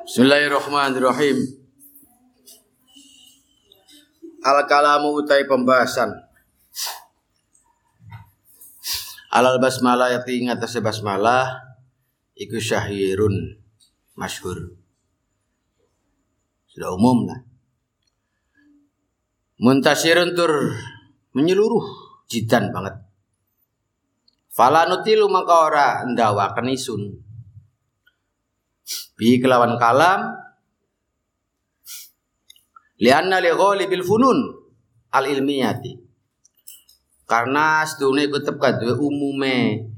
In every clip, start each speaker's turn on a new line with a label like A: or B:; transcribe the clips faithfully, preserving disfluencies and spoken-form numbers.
A: Bismillahirrahmanirrahim. Al-kalamu utai pembahasan Alal basmalah yati ingatase basmalah iku syahirun masyhur. Sudah umum lah. Muntasirun tur menyeluruh jidan banget. Fala nutilu maka ora ndawaken isun. Bi kelawan kalam lianna li ghalibil funun al ilmiyati, karena sedune iku tetep kaduwe umume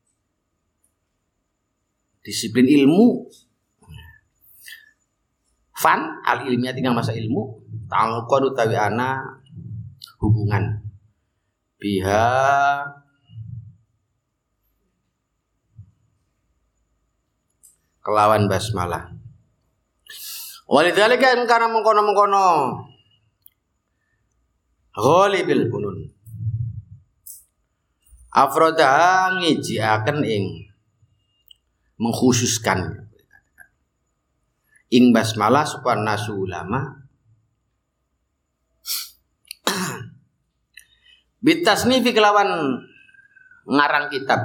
A: disiplin ilmu fan al ilmiyati kang masa ilmu ta'alluqan utawi ana hubungan biha kelawan basmalah. Walidzalika karena mengkono-mengkono ghalibil funun afroda ngijiaken ing mengkhususkan ing basmalah supaya nasu ulama bitasnifi kelawan ngarang kitab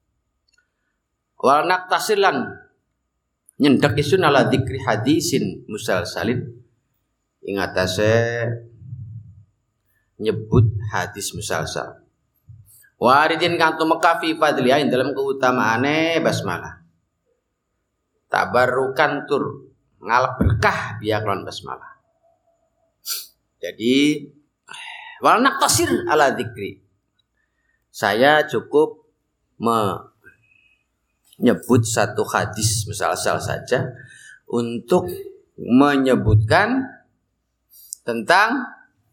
A: wal naktasilan nyendak isun ala dzikri hadisin musalsalin ing atase nyebut hadis musalsal waridin kang tumeka fi fadliha dalam keutamaane basmalah tabarrukan tur ngalap berkah biya kelawan basmalah. Jadi wal naqtasir ala dzikri, saya cukup me nyebut satu hadis musalsal saja untuk menyebutkan tentang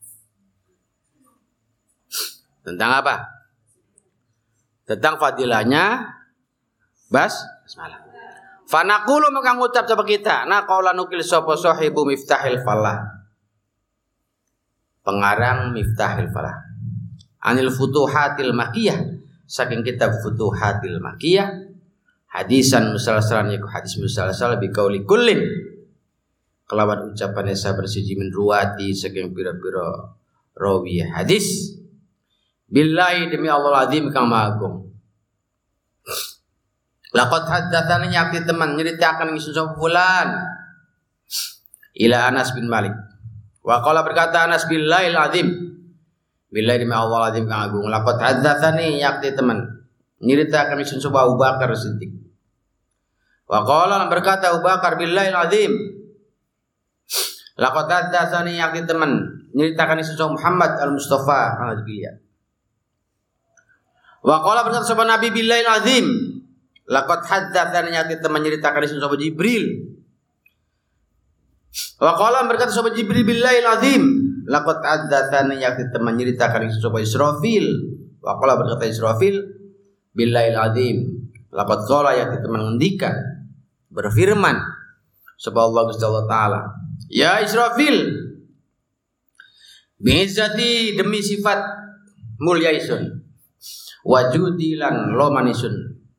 A: tentang apa? Tentang fadilahnya bas basmalah. Fa naqulu maka ngucap sapa kita, na qaula nukil sapa sahibu Miftahil Falah. Pengarang Miftahil Falah. Anil Futuhatil Makkiyah, saking kitab Futuhatil Makkiyah. Hadisan musalsalan yaku hadis musalsal bi qauli kullin kelawan ucapan esa bersiji min ruwati saking pira-pira rawi hadis billahi demi Allah azim kang maha agung. Laqad haddatsani yakti teman nyeritakan ngisun sapa fulan ila Anas bin Malik wa qala berkata Anas billahi azim billahi demi Allah azim kang agung. Laqad haddatsani yakti teman nyeritakan ngisun sapa Abu Bakar Siddiq wa qala berkata Abu Bakar billahi azim laqad haddatsani yakti teman nyeritakan ngisun sapa Muhammad al-Mustafa alhamdulillah wa qala berkata sapa Nabi billahi azim laqad haddatsani yakti teman nyeritakan ngisun sapa Jibril wa qala berkata sapa Jibril billahi azim laqad haddatsani yakti teman nyeritakan ngisun sapa Israfil wa qala berkata Israfil billahi azim laqad qala yakti teman ngendikan berfirman sapa Allah Gusti Allah taala ya Israfil bi'izzati demi sifat mulya isun wajudi lan loman isun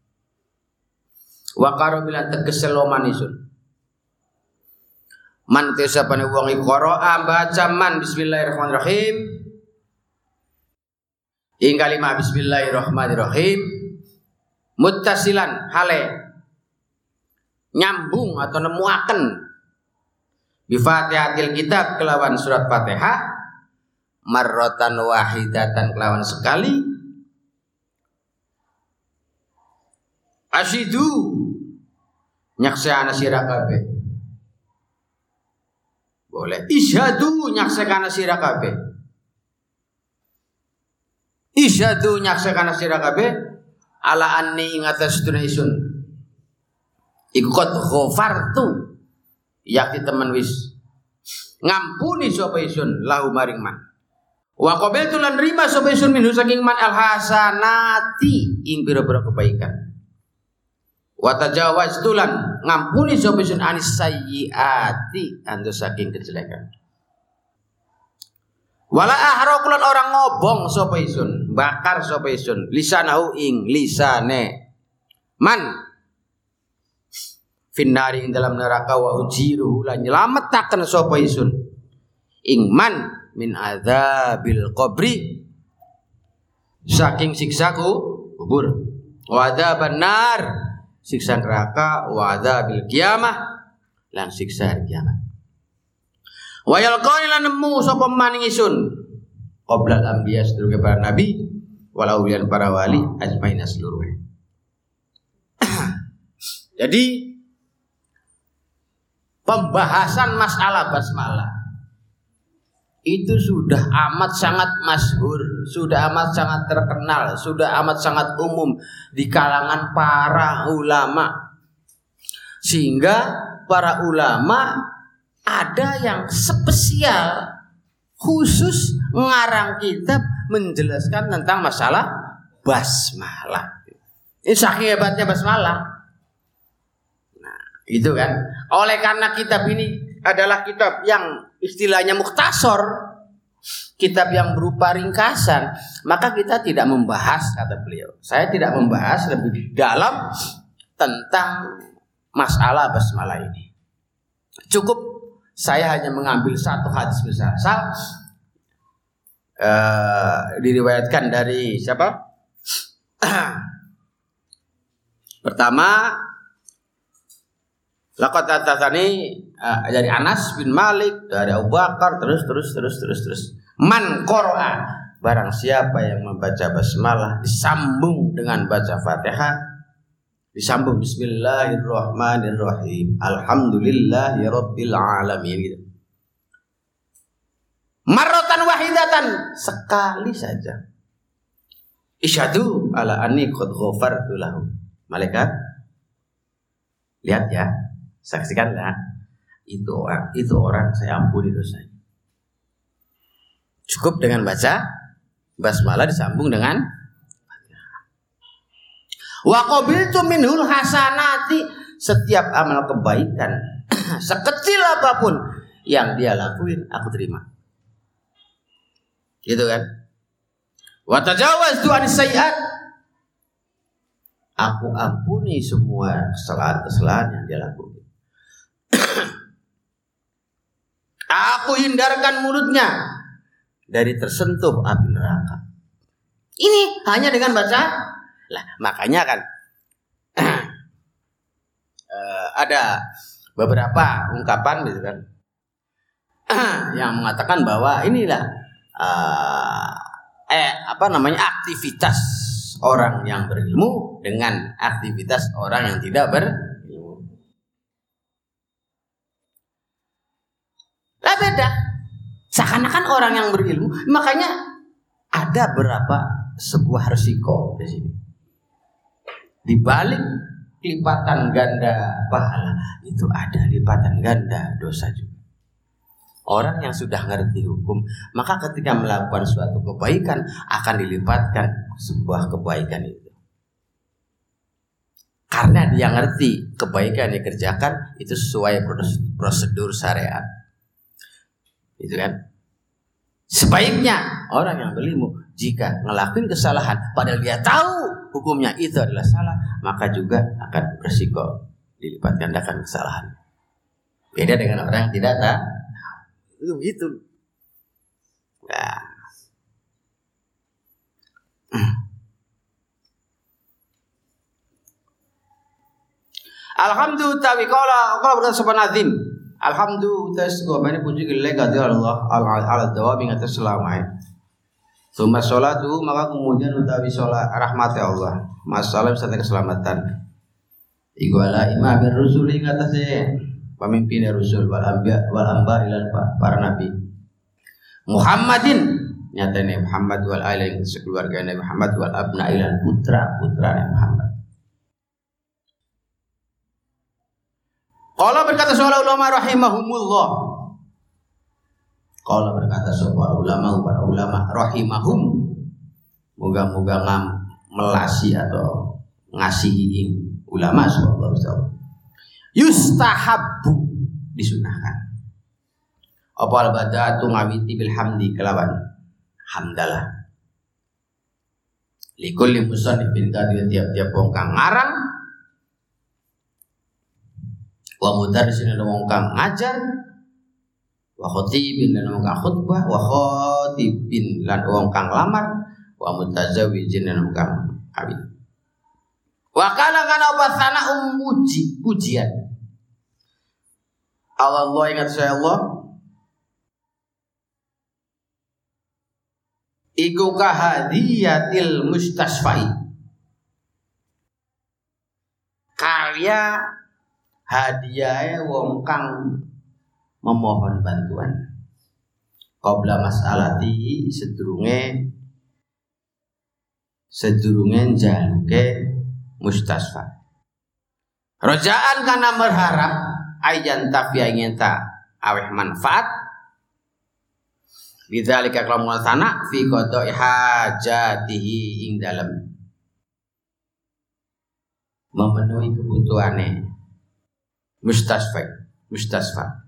A: wa karobilan tegese loman isun man tesapane wong iku qira'a baca man bismillahirrahmanirrahim ing kalimah bismillahirrahmanirrahim muttasilan hale nyambung atau nemuaken bi Fatihatil kitab kelawan surat Fatihah marratan wahidatan kelawan sekali asyidu nyaksana sira kabeh boleh isyadu nyaksana sira kabeh isyadu nyaksana sira kabeh ala anni ing atas sedune isun iku qad ghafartu yakti temen wis ngampuni sapa isun lahu maring man wa qabiltu lan rima sapa isun minhu saking man al hasanati ing pira-pira kebaikan wa tajawaztu lan ngampuni sapa isun anis sayyiati ando saking kejelekan wala ahraqulan orang ngobong sapa isun bakar sapa isun lisanahu ing lisane man finnari ing dalam neraka wa ujiruhu lan nyelametaken sapa isun ing man min adzabil qabri saking siksaku kubur wa adzaban nar siksa neraka wa adzabil qiyamah lan siksa hari kiamat wa yalqani lan nemu sapa man isun qoblal anbiya sedurunge para nabi wal auliyan para wali ajmaina seluruhnya. Jadi pembahasan masalah basmalah itu sudah amat sangat masyhur, sudah amat sangat terkenal, sudah amat sangat umum di kalangan para ulama. Sehingga para ulama ada yang spesial khusus ngarang kitab menjelaskan tentang masalah basmalah. Ini saking hebatnya basmalah. Nah, itu kan. Oleh karena kitab ini adalah kitab yang istilahnya mukhtasar, kitab yang berupa ringkasan, maka kita tidak membahas, kata beliau. Saya tidak membahas lebih dalam tentang masalah basmalah ini. Cukup saya hanya mengambil satu hadis besar. Sal, uh, diriwayatkan dari siapa? Pertama, laqad hadatsani uh, dari Anas bin Malik, dari Abu Bakar, terus terus terus terus terus. Man qara'a, barang siapa yang membaca basmalah disambung dengan baca Fatihah, disambung bismillahirrahmanirrahim alhamdulillahirabbil alamin gitu. Marratan wahidatan, sekali saja. Isyhadu ala anni qad ghafartu lahu. Malaikat lihat ya, saksikanlah itu orang, itu orang saya ampuni dosanya. Cukup dengan baca basmalah disambung dengan wa qabiltu minhul hasanati, setiap amal kebaikan sekecil apapun yang dia lakuin aku terima. Gitu kan? Wa tajawaztu anis sayyi'at, aku ampuni semua kesalahan-kesalahan yang dia lakukan. Aku hindarkan mulutnya dari tersentuh api neraka. Ini hanya dengan baca. Lah, makanya kan uh, ada beberapa ungkapan gitu kan yang mengatakan bahwa inilah uh, eh apa namanya aktivitas orang yang berilmu dengan aktivitas orang yang tidak berilmu. Lah beda. Seakan-akan orang yang berilmu, makanya ada berapa sebuah resiko di sini. Di balik lipatan ganda pahala itu ada lipatan ganda dosa juga. Orang yang sudah ngerti hukum, maka ketika melakukan suatu kebaikan akan dilipatkan sebuah kebaikan itu. Karena dia ngerti kebaikan yang dikerjakan itu sesuai prosedur syariat. Itu kan. Sebaiknya orang yang berilmu jika ngelakuin kesalahan padahal dia tahu hukumnya itu adalah salah, maka juga akan berisiko dilipat gandakan kesalahan. Beda dengan orang yang tidak tahu. Itu begitu. Nah. Alhamdulillah tawi qala qala berkata sapa nazim. Alhamdulillah segala puji kepada Allah al-ala dawami atas selamanya. Summa sholatu, maka kemudian utawi sholat rahmat Allah, masalah serta keselamatan. Iku ala imamir rusuli ngatasé pemimpin rasul wal anbiya wal amba ilan para nabi. Muhammadin nyatane Muhammad wal ailin sekeluarga Nabi Muhammad wal abna ilan putra putra Nabi Muhammad. Qala berkata seorang ulama rahimahumullah. Qala berkata seorang ulama para ulama rahimahum. Moga-moga ngam melasi atau ngasihi ulama sallallahu alaihi wasallam. Yustahabbu disunahkan. Apa al-bada'atu ngawiti bil hamdi kelawan hamdalah. Likulli musannifin kadhi tiap-tiap wong kang ngarang Wa mudarrisin lan wong kang ngajar, wa khatibin lan wong kang khutbah, wa khatibin lan wong kang lamar, wa mutazawwijin lan wong kang kawin. Wa kana kana wasana umuji pujian. Allah Allah ingat saya Allah. Iku kahadiyatil mustasfai. Karya hadiah wong kang memohon bantuan. Qabla mas'alati sedurunge sedurunge jaluke mustasfa. Rojaan kana berharap ayan tafiya ingin ta aweh manfaat. Bidzalika kalamun sana fi qada'i hajatihi ing dalam memenuhi kebutuhane mustasfa mustasfa.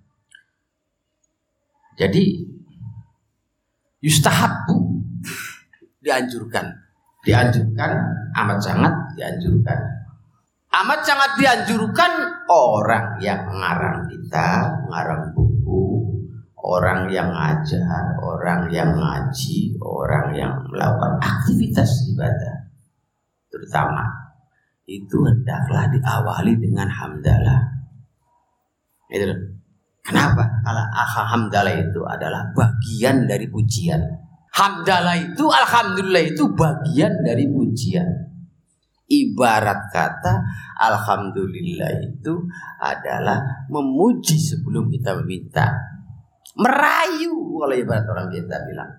A: Jadi yustahabbu dianjurkan dianjurkan amat sangat dianjurkan amat sangat dianjurkan orang yang ngarang kitab, ngarang buku, orang yang ngajar, orang yang ngaji, orang yang melakukan aktivitas ibadah terutama itu hendaklah diawali dengan hamdalah. Itu kenapa? Kalau hamdalah itu adalah bagian dari pujian. Hamdalah itu, alhamdulillah itu bagian dari pujian. Ibarat kata alhamdulillah itu adalah memuji sebelum kita meminta. Merayu kalau ibarat orang kita bilang.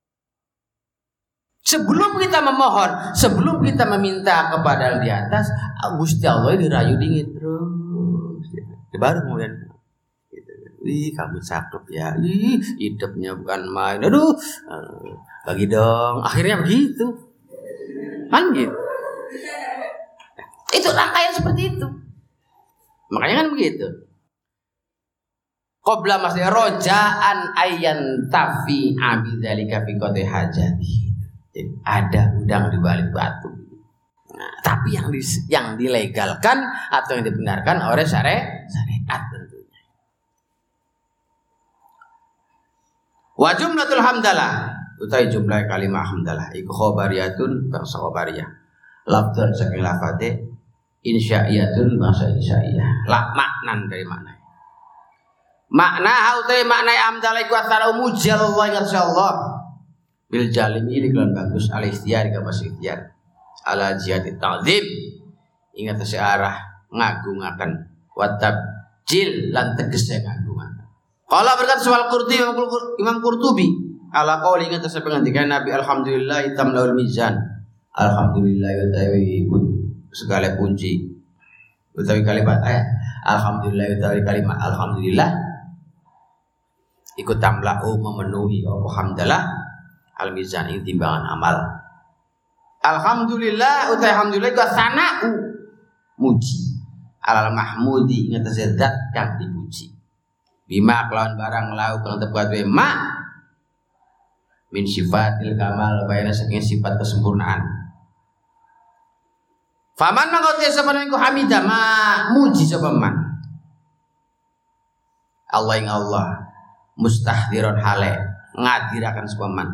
A: Sebelum kita memohon, sebelum kita meminta kepada yang di atas, Gusti Allah dirayu dingin terus. Baru kemudian ih kamu cakep ya, ih hidupnya bukan main, aduh bagi dong, akhirnya begitu kan gitu. Itu rangkaian seperti itu, makanya kan begitu. Qabla masih rojaan ayan tafi abidzalika fi qati hajati. Jadi ada udang di balik batu. Nah, tapi yang di, yang dilegalkan atau yang dibenarkan oleh syariat syariat tentunya. Wa jumlatul hamdalah utai jumlah kalimah hamdalah iku khabariyatun bangsa khabariyah. Lafdzan saking lafate insya'iyatun bangsa insya'iyah. La maknan dari makna. Makna utai makna hamdalah iku asal muji Allah insyaallah. Bil jalimi dikelan bagus al ikhtiyar ka pas ikhtiyar. Ala jihati ta'zim ingat searah ngagungaken wa tabjil lan tegese ngagungaken. Qala berkata soal Qurtubi Imam Qurtubi ala qauli ingat saya pengantikan Nabi alhamdulillah tamlaul mizan. Alhamdulillah utawi segala puji utawi kalimat ayat alhamdulillah utawi kalimat alhamdulillah ikut tamlau memenuhi apa hamdalah al mizan ing timbangan amal. Alhamdulillah utawi alhamdulillah iku sana'u muji alal mahmudi ingat zat kang dipuji. Bima kelawan barang lau kang tepat we ma min sifatil kamal bayana saking sifat kesempurnaan. Faman mangkote sapane ku hamidah ma muji sapa man. Allah ing Allah mustahdiron hale ngadirakan sapa man.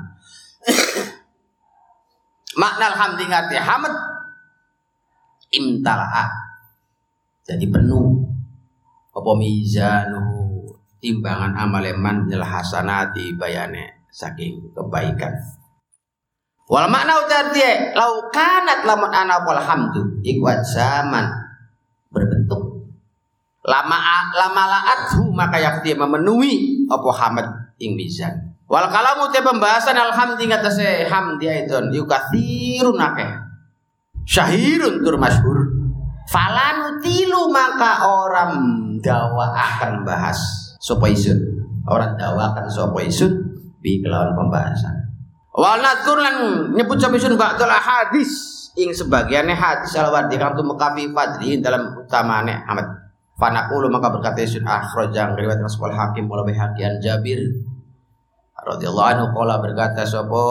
A: Makna alhamdi ngati hamd imtala'a jadi penuh apa mizanuhu timbangan amaleman minal hasanati bayane saking kebaikan. Wal makna utarti lau kanat lamun ana wal hamdu ikwat zaman berbentuk lama lama laathu maka yakti memenuhi apa hamd ing mizan. Wal kalamu te pembahasan alhamdi ngatase hamdi aidon yukatsirun akeh syahirun tur masyhur falanu tilu maka orang dawa akan bahas sapa isun orang dawa akan sapa isun bi kelawan pembahasan. Wal nadzur lan nyebut sapa isun ba'dul hadis ing sebagiannya hadis alwardi kang tumekafi fadli dalam utamane Ahmad. Fanaqulu maka berkata isun akhrajang riwayat Rasul Hakim wal Baihaqi an Jabir radhiyallahu anhu qala berkata sapa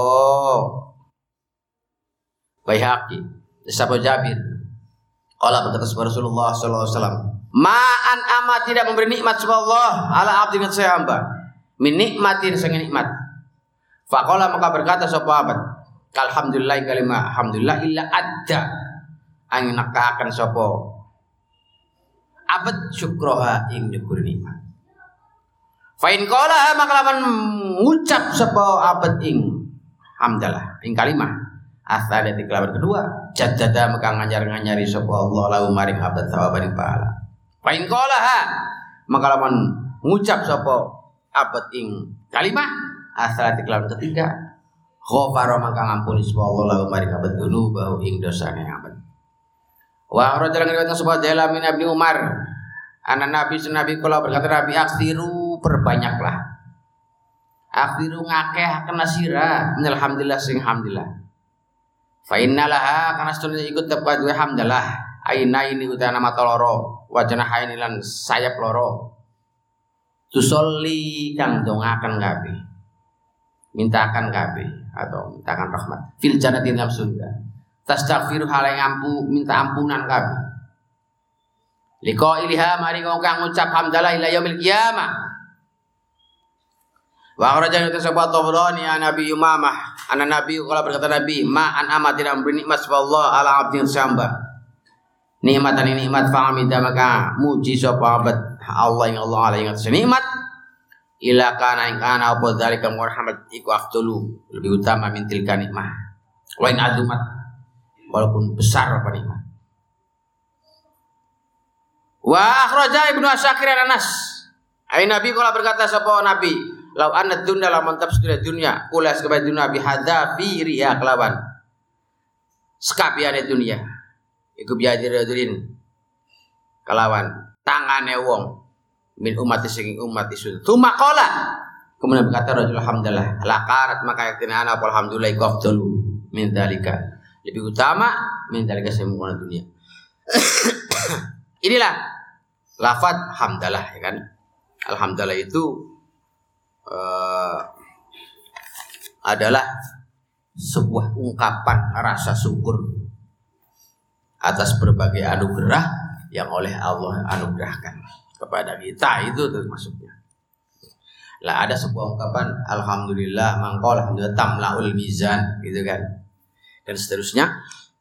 A: Baihaqi sapa Jabir qala berkata Rasulullah sallallahu alaihi wasallam Ma'an ama tidak memberi nikmat subhanallah ala abdi dengan saya hamba. Min nikmatin sang nikmat. Faqala maka berkata sapa abad. Alhamdulillah kalimah alhamdulillah illa adda. Angin nakakan sapa abad syukroha ing nyukur nikmat. Fa in qala maka lawan ngucap sapa abad ing hamdalah ing kalimah asal dari kelawan kedua jadada maka nganyar-nganyari sapa Allah lahu maring abad sawaban pahala. Fa in qalaha maka lawan ngucap sapa abad ing kalimah asal kelawan ketiga ghafara maka ngampuni sapa Allah lahu maring abad dzunubahu ing dosane abad. Wa rajulan riwayat sapa Dalam bin Ibnu Umar anak Nabi sunabi kala berkata Nabi aksiru perbanyaklah aksiru ngakeh kena sira alhamdulillah sing hamdulillah fa innalaha kana sunah ikut tepat wa hamdalah aina ini utana mata loro wajana haini lan sayap loro tusolli kang dongaken kabeh mintakan kabeh atau mintakan rahmat fil jannati dalam surga tastaghfiru halai ngampu minta ampunan kabeh liqa ilha mari kang ngucap hamdalah ila yaumil qiyamah. Wa kharajan itu sahabat Tabrani an Nabi Umamah anak Nabi kalau berkata Nabi ma an amat tidak memberi nikmat Allah ala abdin samba nikmatan ini nikmat fa'amida maka muji sapa abad Allah yang Allah ala ingat nikmat ila kana ing kana apa dzalika murhamat iku afdulu lebih utama min tilka nikmah wa in azumat walaupun besar apa nikmat. Wa akhraja Ibnu Asakir Anas ai Nabi kalau berkata sapa Nabi lau anad dunya la mantap sudah dunia ulas kepada dunia bihadza fi riya kelawan sekabiane dunia iku biadirudin kelawan tangane wong min umat sing umat isun tuma qala kemudian berkata rajul alhamdulillah laqarat maka yaktina ana alhamdulillah iku afdalu min dalika lebih utama min dalika semua dunia. Inilah lafaz hamdalah ya kan. Alhamdulillah itu Uh, adalah sebuah ungkapan rasa syukur atas berbagai anugerah yang oleh Allah anugerahkan kepada kita, itu termasuknya. Lah ada sebuah ungkapan alhamdulillah mangko alhamdulillah tamlaul mizan gitu kan. Dan seterusnya.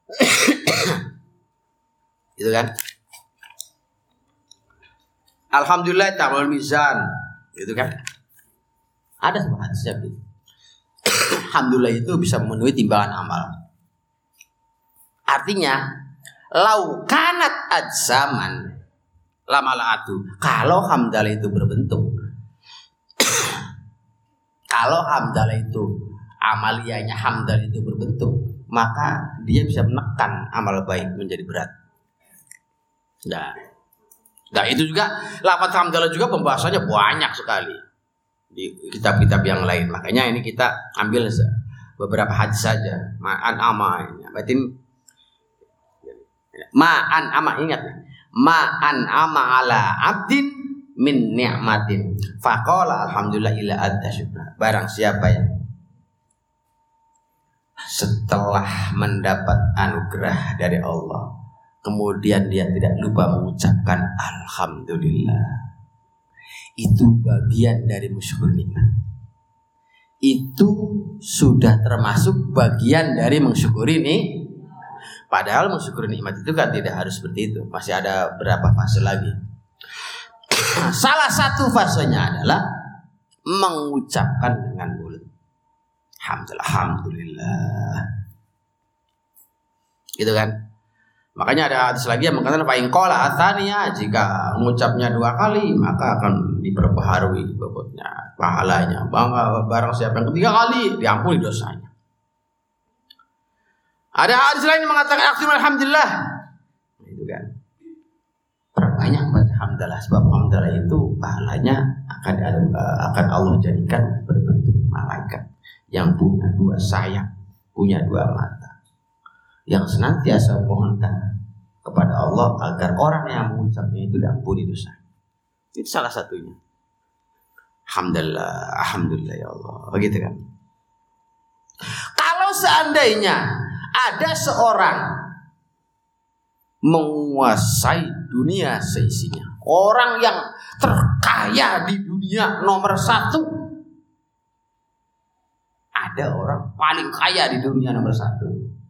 A: Gitu kan. Alhamdulillah tamlaul mizan gitu kan. Ada sebuah hadis gitu. Alhamdulillah itu bisa memenuhi timbangan amal. Artinya, lau kanat adzaman lamalaatu. Kalau hamdalah itu berbentuk, kalau hamdalah itu amaliyahnya hamdalah itu berbentuk, maka dia bisa menekan amal baik menjadi berat. Nah, nah itu juga lafaz hamdalah juga pembahasannya banyak sekali di kitab-kitab yang lain. Makanya ini kita ambil beberapa hadis saja. Ma'an ama ini. Berarti ma'an ama, ingat. Ma'an ama ala abdin min ni'matin. Faqala alhamdulillah ila adda syukra. Barang siapa yang setelah mendapat anugerah dari Allah, kemudian dia tidak lupa mengucapkan alhamdulillah, itu bagian dari mensyukur nikmat. Itu sudah termasuk bagian dari mensyukuri nih. Padahal mensyukuri nikmat itu kan tidak harus seperti itu. Masih ada berapa fase lagi. Salah satu fasenya adalah mengucapkan dengan mulut. Alhamdulillah, alhamdulillah. Gitu kan? Makanya ada hadis lagi yang mengatakan fa in qala atsaniya, jika mengucapnya dua kali maka akan diperbaharui bobotnya, pahalanya. Bangga barang siapa yang ketiga kali diampuni dosanya. Ada hadis lain yang mengatakan aksim alhamdulillah. Itu kan. Perbanyak alhamdulillah, sebab alhamdulillah itu pahalanya akan akan Allah jadikan berbentuk malaikat yang punya dua sayap, punya dua mata, yang senantiasa memohonkan kepada Allah agar orang yang mengucapnya itu diampuni dosa. Itu salah satunya. Alhamdulillah, alhamdulillah ya Allah. Begitu kan? Kalau seandainya ada seorang menguasai dunia seisinya. Orang yang terkaya di dunia nomor satu. Ada orang paling kaya di dunia nomor satu.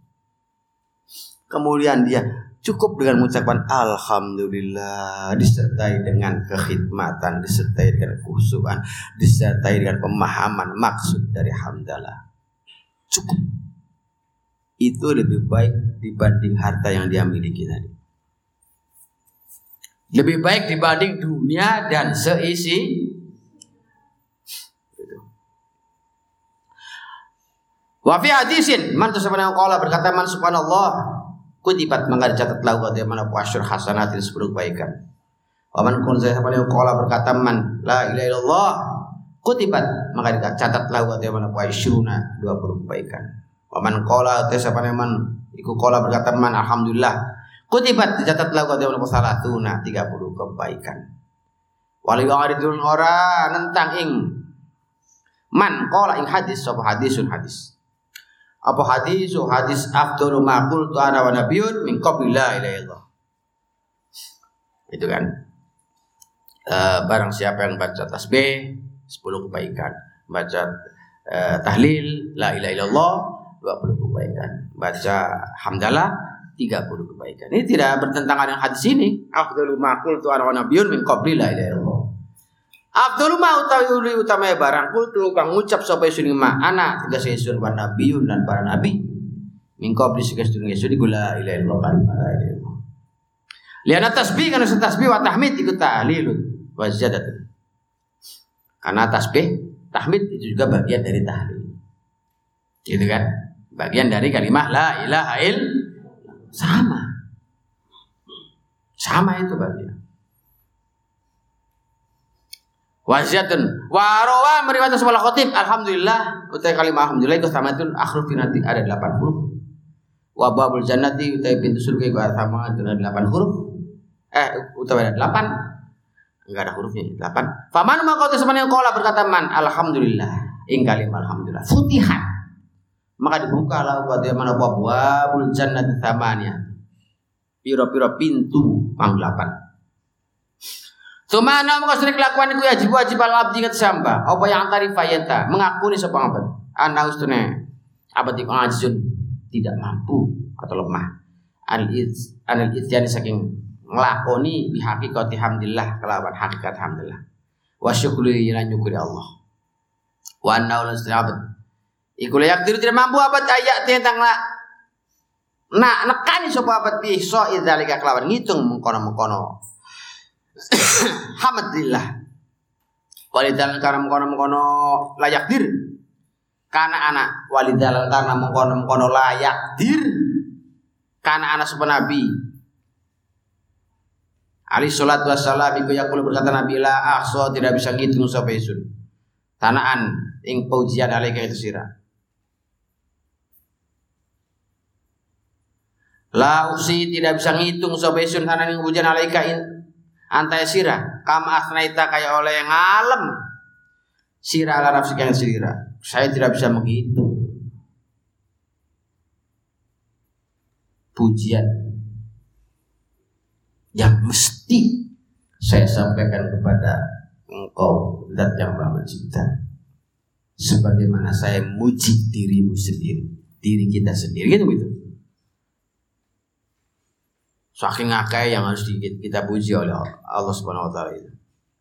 A: Kemudian dia cukup dengan mengucapkan alhamdulillah, disertai dengan kekhidmatan, disertai dengan khusyuan, disertai dengan pemahaman maksud dari hamdalah. Cukup. Itu lebih baik dibanding harta yang dia miliki tadi. Lebih baik dibanding dunia dan seisi. Wa fi hadisin man tasabana qala berkata man subhanallah kutibat maka dicatat lahu bagaimana asyur hasanatin sepuluh kebaikan. Wa man kun tasabana qala berkata man la ilaha illallah kutibat maka dicatat lahu bagaimana asyuruna dua puluh kebaikan. Wa man qala tasabana man iku qala berkata man alhamdulillah kutibat dicatat lahu bagaimana salatuna tiga puluh kebaikan. Wali wa'aridun ora nentang ing man qala ing hadis sapa hadisun hadis. Apa hadis? Hadis afdalu ma qultu ana wa nabiyyun min qabli la ilaha illallah. Itu kan. Uh, barang siapa yang baca tasbih sepuluh kebaikan, baca uh, tahlil la ilaha illallah dua puluh kebaikan, baca hamdalah tiga puluh kebaikan. Ini tidak bertentangan dengan hadis ini. Afdalu ma qultu ana wa nabiyyun min qabli la ilaha illallah. Abdul ma utawi utama barang kultu kang ngucap sapa sun ma ana tiga sesun wa nabiyun dan para nabi mingko beli sekesun yesus digula ila illallah kalimah la ilaha illallah. Liana tasbih kana tasbih wa tahmid iku tahlilun wa ziyadatun. Karena tasbih, tahmid itu juga bagian dari tahlil. Gitu kan? Bagian dari kalimat la ilaha illallah. Sama. Sama itu bagian. Waziyatun warawa meriwayatkan sebuah khotib alhamdulillah utai kalimah alhamdulillah itu sama itu akhruf nanti ada delapan huruf. Wa babul jannati utai pintu surga itu sama itu ada delapan huruf. Eh utawi ada delapan. Enggak ada hurufnya delapan. Faman maka utai sebenarnya qala berkata man alhamdulillah ing kalimah alhamdulillah futihat maka dibuka lah buat dia mana babul jannati thamania. Piro-piro pintu pang delapan. Sumana maka sering kelakuan iku wajib wajib al abdi kat samba. Apa yang antari fayenta mengakuni sapa abad. Ana ustune abad iku ajun tidak mampu atau lemah. Al iz anil isyani saking nglakoni bi haqiqati hamdillah kelawan hakikat hamdillah. Wa syukri lan nyukuri Allah. Wa anna ulan abad. Iku layak diri tidak mampu abad ayat tentang la nak nekani sapa abad bi so idzalika kelawan ngitung mengkono-mengkono. Hamdillah. Walidal karena mengkono-mengkono layak dir. Karena anak walidal karena mengkono-mengkono layak dir. Karena anak supaya Nabi alaihi salatu wassalam iku yaqulu berkata Nabi la ahsa tidak bisa ngitung sapa isun. Tanaan ing pujian alaika itu sira. La usi tidak bisa ngitung sapa isun tanaan ing pujian alaika antai sirah kama asnaita kayak oleh yang alam sirah ala nafsi yang sirah. Saya tidak bisa menghitung pujian yang mesti saya sampaikan kepada engkau zat yang maha mencipta sebagaimana saya muji dirimu sendiri, diri kita sendiri gitu gitu. Saking akeh yang harus kita puji oleh Allah Subhanahu wa taala itu.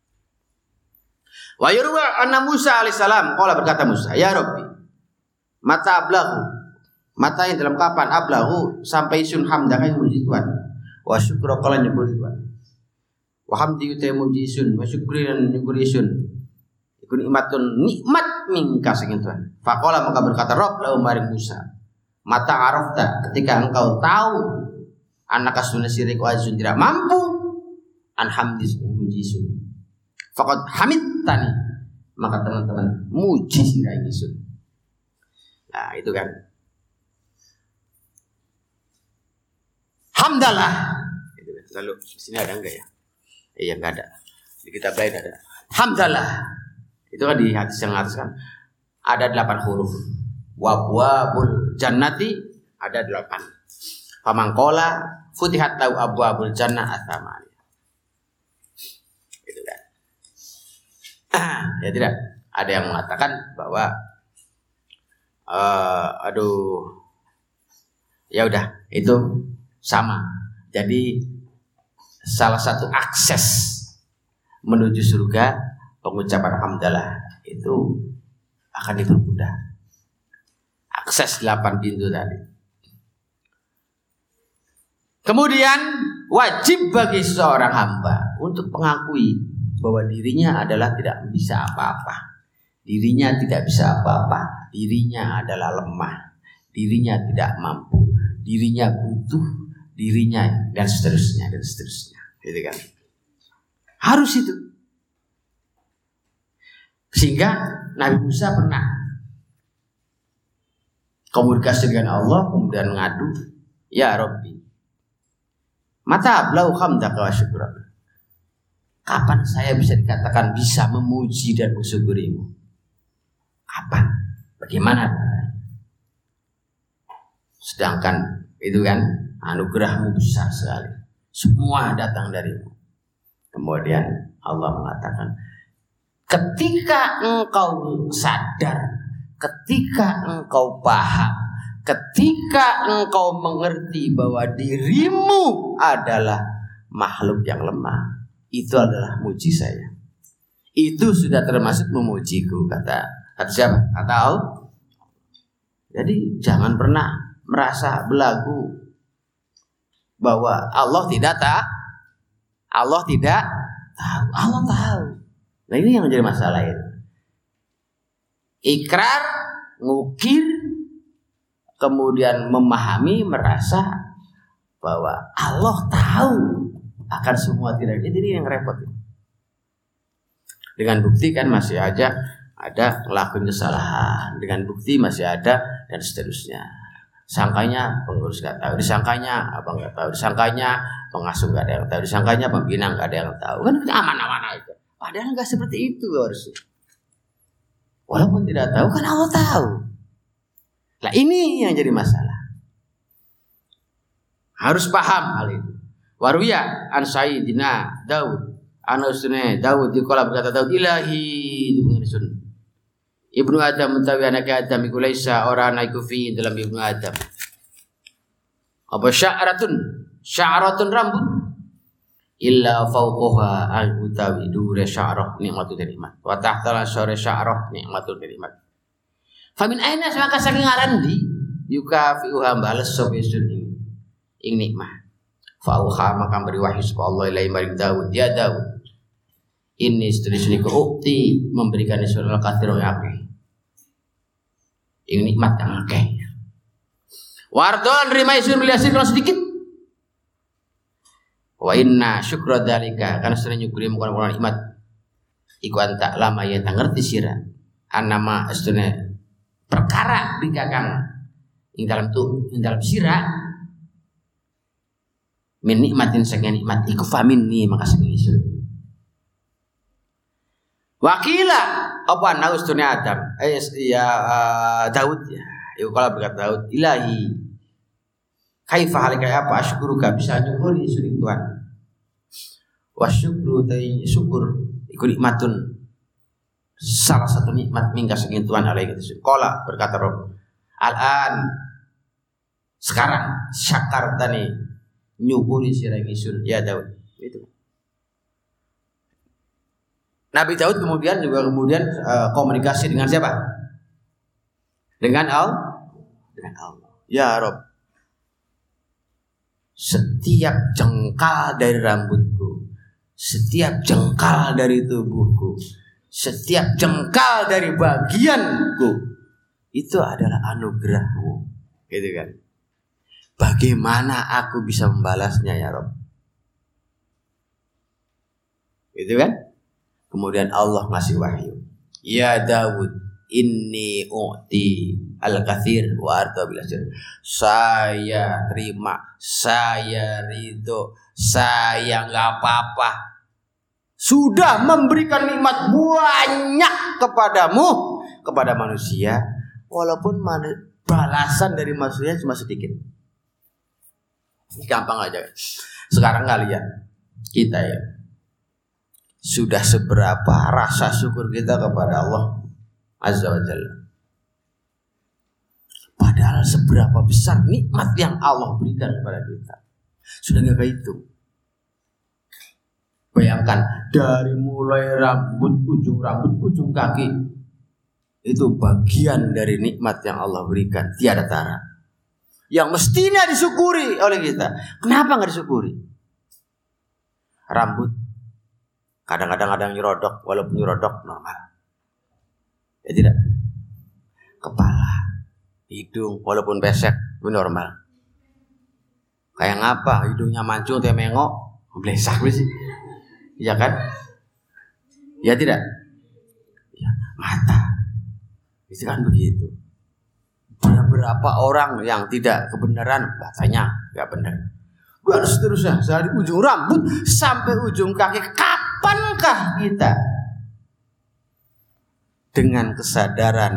A: Wa yurwa anna Musa alaihissalam qala berkata Musa, "Ya Rabbi, mata ablahu." Mata yang dalam kapan ablahu sampai sun hamdaka yang muji Tuhan. Wa syukra qala nyebut Tuhan. Wa hamdi uta muji sun, wa syukri lan nyukuri sun. Iku nikmatun nikmat mingka saking Tuhan. Faqala maka berkata Rabb lahu maring Musa, "Mata arafta ketika engkau tahu anak asuna sirik wajun tidak mampu alhamdis muji sun faqad hamidtani maka teman-teman muji sira ingsun." Nah itu kan hamdalah itu kan. Lalu di sini ada enggak ya? Iya enggak ada. Di kitab lain ada. Hamdalah. Itu kan di hadis yang atas kan ada delapan huruf. Wabwabul jannati ada delapan. Pamangkola futihat lahu abwabul jannah atsamani. Ya tidak. Ada yang mengatakan bahwa uh, aduh, ya udah itu sama. Jadi salah satu akses menuju surga pengucapan hamdalah itu akan dipermudah. Akses delapan pintu tadi. Kemudian wajib bagi seorang hamba untuk mengakui bahwa dirinya adalah tidak bisa apa-apa. Dirinya tidak bisa apa-apa. Dirinya adalah lemah. Dirinya tidak mampu. Dirinya butuh. Dirinya dan seterusnya dan seterusnya. Gitu kan? Harus itu. Sehingga Nabi Musa pernah komunikasi dengan Allah, kemudian mengadu, ya Rabbi, mata blau hamdaka wa syukuraka. Kapan saya bisa dikatakan bisa memuji dan mensyukurimu? Kapan? Bagaimana? Sedangkan itu kan anugerahmu besar sekali. Semua datang darimu. Kemudian Allah mengatakan, ketika engkau sadar, ketika engkau paham, ketika engkau mengerti bahwa dirimu adalah makhluk yang lemah, itu adalah muji saya. Itu sudah termasuk memujiku, kata kata siapa? Kata Allah. Jadi jangan pernah merasa belagu bahwa Allah tidak tahu. Allah tidak tahu. Allah tahu. Nah ini yang menjadi masalah itu. Ikrar, ngukir, kemudian memahami, merasa bahwa Allah tahu akan semua tidak. Jadi yang repot. Dengan bukti kan masih aja ada ngelakuin kesalahan. Dengan bukti masih ada dan seterusnya. Sangkanya pengurus gak tahu, disangkanya abang gak tahu, disangkanya pengasuh gak ada yang tahu, disangkanya pembina gak ada yang tahu. Kan aman-aman aja. Padahal gak seperti itu harusnya. Walaupun tidak tahu kan Allah tahu. Nah ini yang jadi masalah. Harus paham hal itu. Waruya an Sayyidina Daud, anusune Daud dikola berkata Daud ilahi itu mengenai Ibnu Adam mentawi anak Adam iku laisa ora ana iku fi dalam Ibnu Adam. Apa sya'ratun? Sya'ratun rambut. Illa fawqaha al-utawi dure sya'rah nikmatu nikmat. Wa tahta sya'ra sya'rah nikmatu nikmat. Fa min aina maka saking arandi yukafi'uha bales sapa sun ing nikmat. Fa auha maka beri wahyu sapa Allah ilaihi maring Daud ya Daud. Ini seterusnya ukti memberikan surah al-kathir yang akeh. Ini nikmat yang akeh. Wardon rimai sur miliasir kalau sedikit. Wa inna syukra dalika karena sering nyukuri mukan mukan nikmat. Iku anta lama yang tak ngerti sira. Anama astune perkara bingkakang ing dalam tu ing dalam sira. Min nikmatin saking nikmat iku famin ni maka saking isun. Wakila apa naus dunia Adam eh ya uh, Daud ya iku kala berkata Daud ilahi kaifa halika apa syukuruka bisa nyukuri suring Tuhan wa syukru tai syukur iku nikmatun salah satu nikmat mingga saking Tuhan alaihi kala berkata Rabb al-an sekarang syakar tani nyukuri sira ingsun ya Daud itu. Nabi Daud kemudian juga kemudian uh, komunikasi dengan siapa? Dengan Allah. Dengan Allah. Ya Rabb. Setiap jengkal dari rambutku, setiap jengkal dari tubuhku, setiap jengkal dari bagianku itu adalah anugerahmu. Gitu kan? Bagaimana aku bisa membalasnya ya Rabb? Gitu kan? Kemudian Allah ngasih wahyu. Ya Daud, inni u'ti al-kathir wa arda bil asir. Saya terima, saya ridho, saya enggak apa-apa. Sudah memberikan nikmat banyak kepadamu, kepada manusia, walaupun balasan dari manusia cuma sedikit. Gampang aja. Sekarang kalian kita ya sudah seberapa rasa syukur kita kepada Allah Azza wa Jalla. Padahal seberapa besar nikmat yang Allah berikan kepada kita sudah nggak kehitung. Bayangkan dari mulai rambut, ujung rambut, ujung kaki, itu bagian dari nikmat yang Allah berikan, tiada tara, yang mestinya disyukuri oleh kita. Kenapa nggak disyukuri? Rambut kadang-kadang ada yang nyerodok, walaupun nyerodok normal, ya tidak. Kepala, hidung, walaupun pesek, itu normal. Kayak ngapa? Hidungnya mancung, dia mengok, blesak sih. Ya kan? Ya tidak? Ya, mata. Itu kan begitu. Beberapa orang yang tidak kebenaran, katanya nggak benar. Dan seterusnya, dari ujung rambut sampai ujung kaki. Kapankah kita dengan kesadaran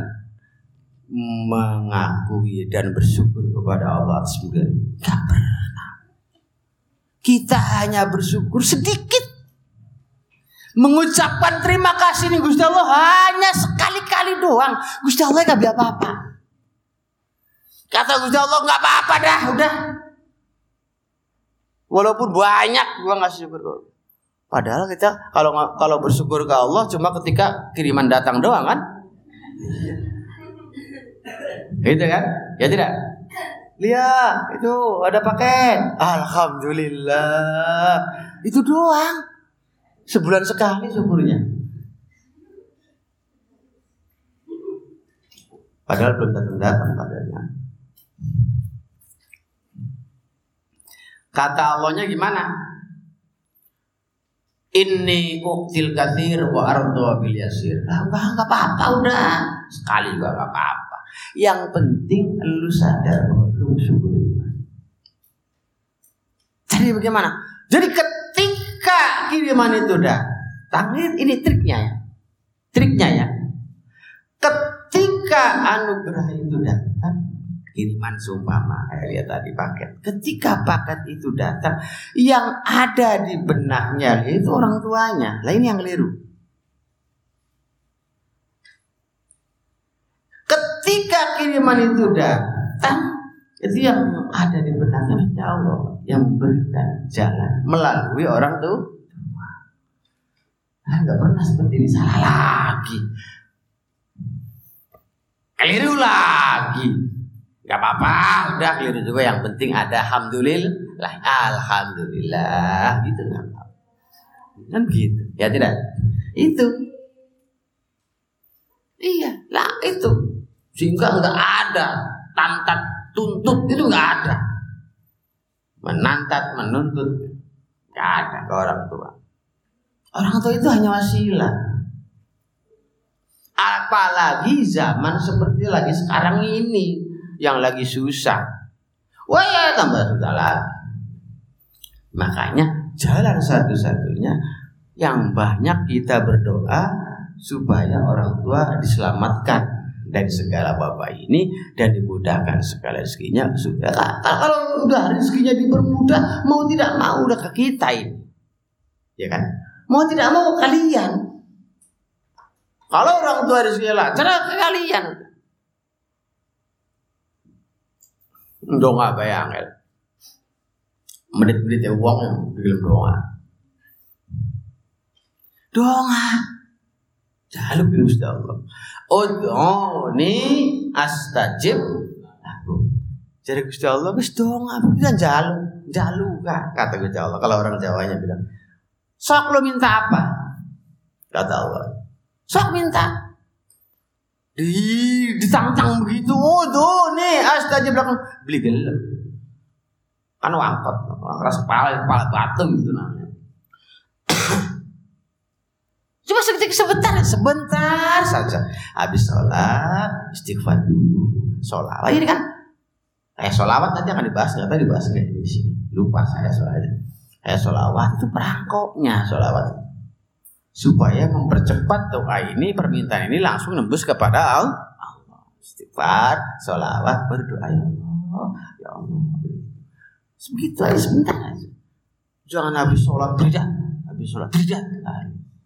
A: mengakui dan bersyukur kepada Allah sendiri? Nggak pernah. Kita hanya bersyukur sedikit. Mengucapkan terima kasih nih Gusti Allah hanya sekali-kali doang. Gusti Allah gak biar apa-apa. Kata Gusti Allah gak apa-apa dah, udah. Walaupun banyak gua gak syukur. Padahal kita kalau kalau bersyukur ke Allah cuma ketika kiriman datang doang kan? Gitu kan? Ya tidak? Lihat, itu ada paket. Alhamdulillah. Itu doang. Sebulan sekali syukurnya. Padahal belum datang-datang padanya. Kata Allahnya gimana? Inni uqtil katsir wa ardu bil yasir. Lah enggak apa-apa udah. Sekali juga enggak apa-apa. Yang penting lu sadar bahwa lu syukur. Jadi bagaimana? Jadi ketika kiriman itu datang, ini triknya ya. Triknya ya. Ketika anugerah itu datang, kiriman seumpama kayak lihat tadi paket. Ketika paket itu datang, yang ada di benaknya itu orang tuanya. Lah ini yang keliru. Ketika kiriman itu datang, itu yang ada di benaknya Allah yang memberikan jalan melalui orang tua. Nah, nggak pernah seperti ini, salah lagi, keliru lagi, nggak apa-apa, udah keliru juga. Yang penting ada alhamdulillah, alhamdulillah, gitu nggak apa-apa. Kan gitu, ya tidak? Itu, iya, lah itu, sehingga nggak ada tantat tuntut, itu nggak ada. Menantat, menuntut, nggak ada ke orang tua. Orang tua itu hanya wasilah. Apalagi zaman seperti lagi sekarang ini, yang lagi susah. Wah ya tambah susah lagi. Makanya jalan satu-satunya yang banyak kita berdoa supaya orang tua diselamatkan dari segala wabah ini dan dimudahkan segala rezekinya. Sudah, kalau udah rezekinya dipermudah, mau tidak mau udah ke kita ini, ya kan? Mau tidak mau kalian. Kalau orang tua rezekinya lancar ke kalian. Udah nggak bayangin. Menit-menit ya uang yang belum doa. Doa. Jaluk bin Gusti Allah. Ud'uni astajib lakum. Jadi Gusti Allah wis donga, bukan jaluk, jaluk kata Gusti Allah. Kalau orang Jawanya bilang, sok lo minta apa? Kata Allah, sok minta. Di ditantang begitu. Ud'uni astajib lakum. Beli gelem. Kan wangkot, keras kepala, kepala batu gitu namanya. Cuma seketika sebentar, sebentar saja. Habis sholat, istighfar dulu. Sholat, ini kan kayak sholawat nanti akan dibahas, nggak tahu dibahas nggak di sini. Lupa saya soalnya. Kayak sholawat itu perangkoknya sholawat, supaya mempercepat doa ini, permintaan ini langsung nembus kepada Allah. Istighfar, sholawat, berdoa ya Allah, ya Allah. Sebegitu aja, sebentar aja. Jangan habis sholat teriak, habis sholat teriak.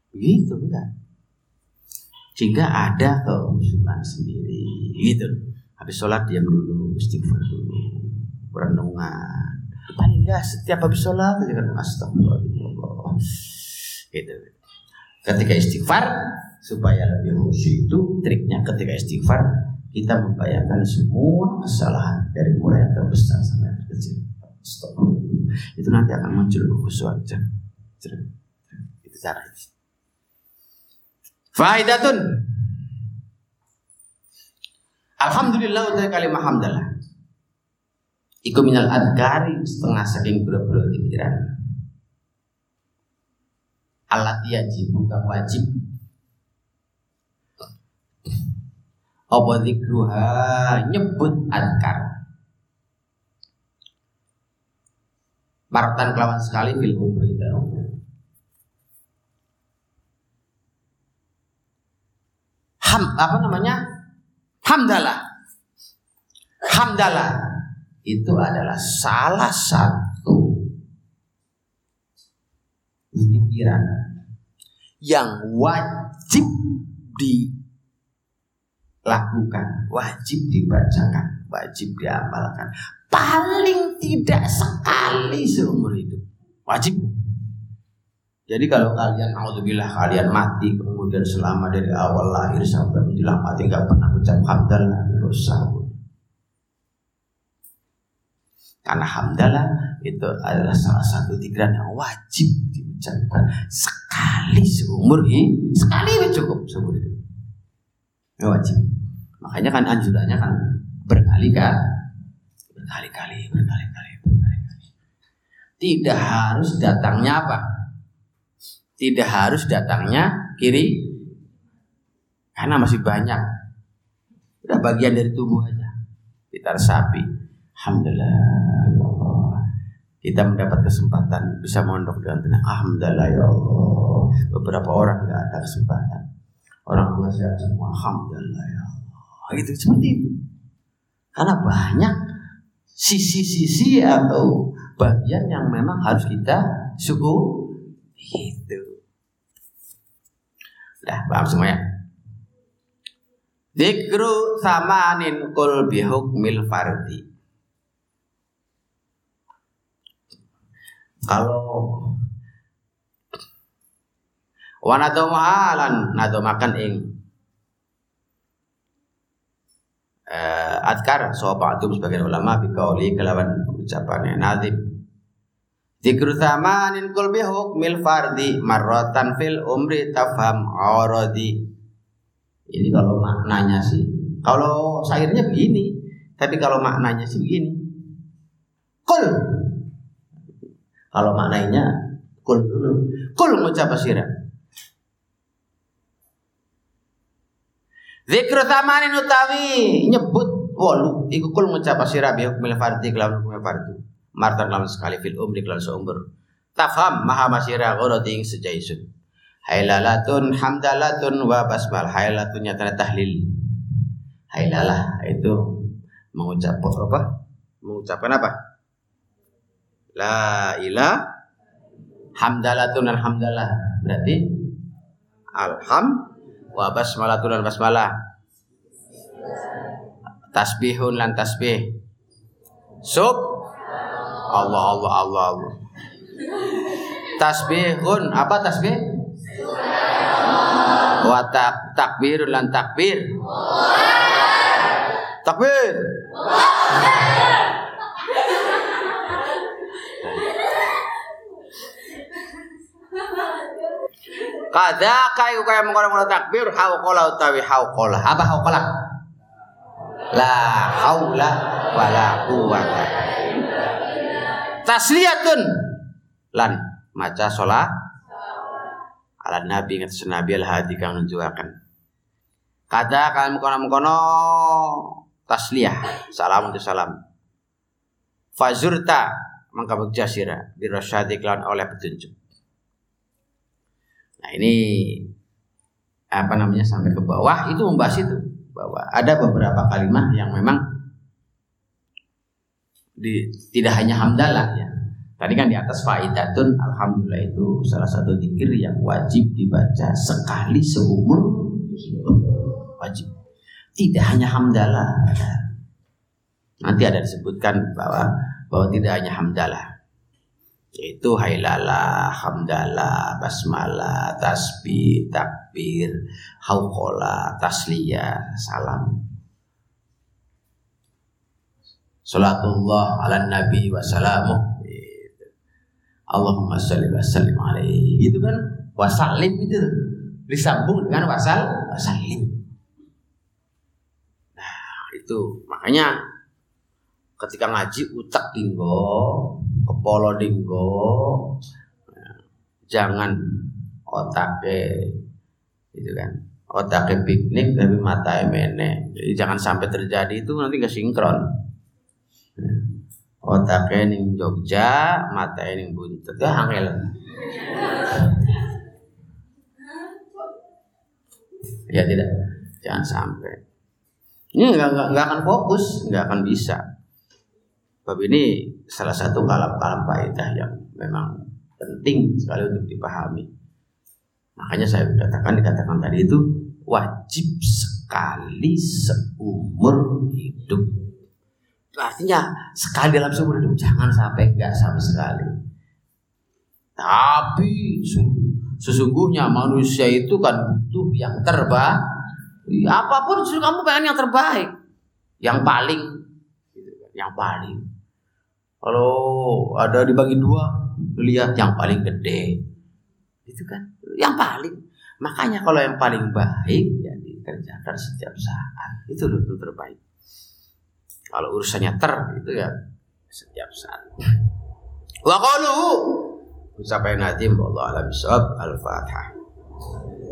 A: Begitu enggak. Sehingga ada kehusuan sendiri gitu. Habis sholat diam dulu, istighfar dulu, renungan. Paling enggak setiap habis sholat kita astagfirullah. Gitu. Ketika istighfar supaya lebih khusyuk itu triknya ketika istighfar kita membayangkan semua kesalahan dari mulai yang terbesar sampai yang terkecil. Astagfirullah. Itu nanti akan muncul kekhusyuan. Itu cara itu. Faidatun. Alhamdulillah untuk kalimah hamdalah. Iku minal adkari setengah saking boro-boro pikiran. Alat yajib bukan wajib. Apa zikruha nyebut adkar. Martan kelawan sekali fil umri dalam. Ham, apa namanya? Hamdalah. Hamdalah itu adalah salah satu pikiran yang wajib dilakukan, wajib dibacakan, wajib diamalkan. Paling tidak sekali seumur hidup. Wajib. Jadi kalau kalian, alhamdulillah kalian mati kemudian selama dari awal lahir sampai menjelang mati nggak pernah ucap hamdalah, dosa. Karena hamdalah itu adalah salah satu zikran yang wajib diucapkan sekali seumur hidup, sekali itu cukup seumur hidup. Ya, wajib. Makanya kan anjurannya kan berkali-kali, berkali-kali, berkali-kali, berkali-kali. Tidak harus datangnya apa? Tidak harus datangnya kiri, karena masih banyak. Udah bagian dari tubuh aja. Kita resapi. Alhamdulillah, ya Allah. Kita mendapat kesempatan bisa mondok dengan tenang. Alhamdulillah, ya Allah. Beberapa orang nggak ada kesempatan. Orang tua sehat semua. Alhamdulillah, ya Allah. Itu seperti itu. Karena banyak sisi-sisi atau bagian yang memang harus kita syukur. Itu. Udah paham semuanya. Dzikru samanin kul bihukmil fardi. Kalau wanadomalan nadomakan ing uh, adkar sopatum sebagian ulama bikauli kelawan ucapannya nazim. Dzikru tsamanin kul bi hukmil fardi marratan fil umri tafham aradi. Ini kalau maknanya sih, kalau syairnya begini, tapi kalau maknanya sih begini. Kul. Kalau maknanya kul dulu. Kul ngucap sira. Dzikru tsamanin utawi nyebut wolu iku kul ngucap sira bi hukmil fardi kelawan hukum fardi. Martan lawan sekali fil umri kelan seumur. Tafham maha masyira ghorati sejaisun. Hailalatun hamdalatun wa basmal. Hailatun nyata tahlil. Hailalah itu mengucap apa? Mengucapkan apa? La ilah hamdalatun alhamdalah. Berarti alham wa basmalatun al basmalah. Tasbihun lan tasbih. Sub Allah Allah Allah Allah. Tasbihun apa tasbih? Wa tak takbir lan takbir. Takbir. Kada kayu kaya mengkono-kono takbir hauqala utawi hauqala. Apa hauqala? La haula wala quwwata. Tasliyatun lan maca sholat ala nabi ngatas nabi al hadi kang nunjukaken. Kada kan mengkono-mengkono tasliyah salam untuk salam. Fazurta mangka bagja sira birasyadi klan oleh petunjuk. Nah ini apa namanya sampai ke bawah itu membahas itu bahwa ada beberapa kalimat yang memang di, tidak hanya hamdalah ya, Tadi kan di atas faidatun, alhamdulillah itu salah satu zikir yang wajib dibaca sekali seumur hidup. Wajib. Tidak hanya hamdalah. Nanti ada disebutkan bahwa bahwa tidak hanya hamdalah. Yaitu hailalah, hamdalah, basmalah, tasbih, takbir, hauqalah, tasliyah, salam. Salatullah ala nabi wa salamuh. Allahumma sholli wa sallim alaihi. Itu kan wasallim itu disambung dengan wasal wasallim. Nah, itu makanya ketika ngaji utak dinggo, kepala dinggo, jangan otake itu kan. Otake piknik tapi mata emene. Jadi jangan sampai terjadi itu nanti gak sinkron. Otake ning Jogja, mata ning buntut ya angel. Ya tidak, jangan sampai. Ini nggak nggak nggak akan fokus, nggak akan bisa. Bab ini salah satu kalam-kalam faedah yang memang penting sekali untuk dipahami. Makanya saya katakan dikatakan tadi itu wajib sekali seumur hidup. Artinya sekali dalam seumur hidup, jangan sampai enggak sama sekali. Tapi sesungguhnya manusia itu kan butuh yang terbaik. Apapun justru kamu pengen yang terbaik, yang paling, yang paling. Kalau ada dibagi dua, lihat yang paling gede, itu kan yang paling. Makanya kalau yang paling baik ya dikerjakan setiap saat, itu betul terbaik. Kalau urusannya ter itu ya setiap saat. Wa qalu ucapan nadim wallahu a'lam bishawab. Al-Fatihah.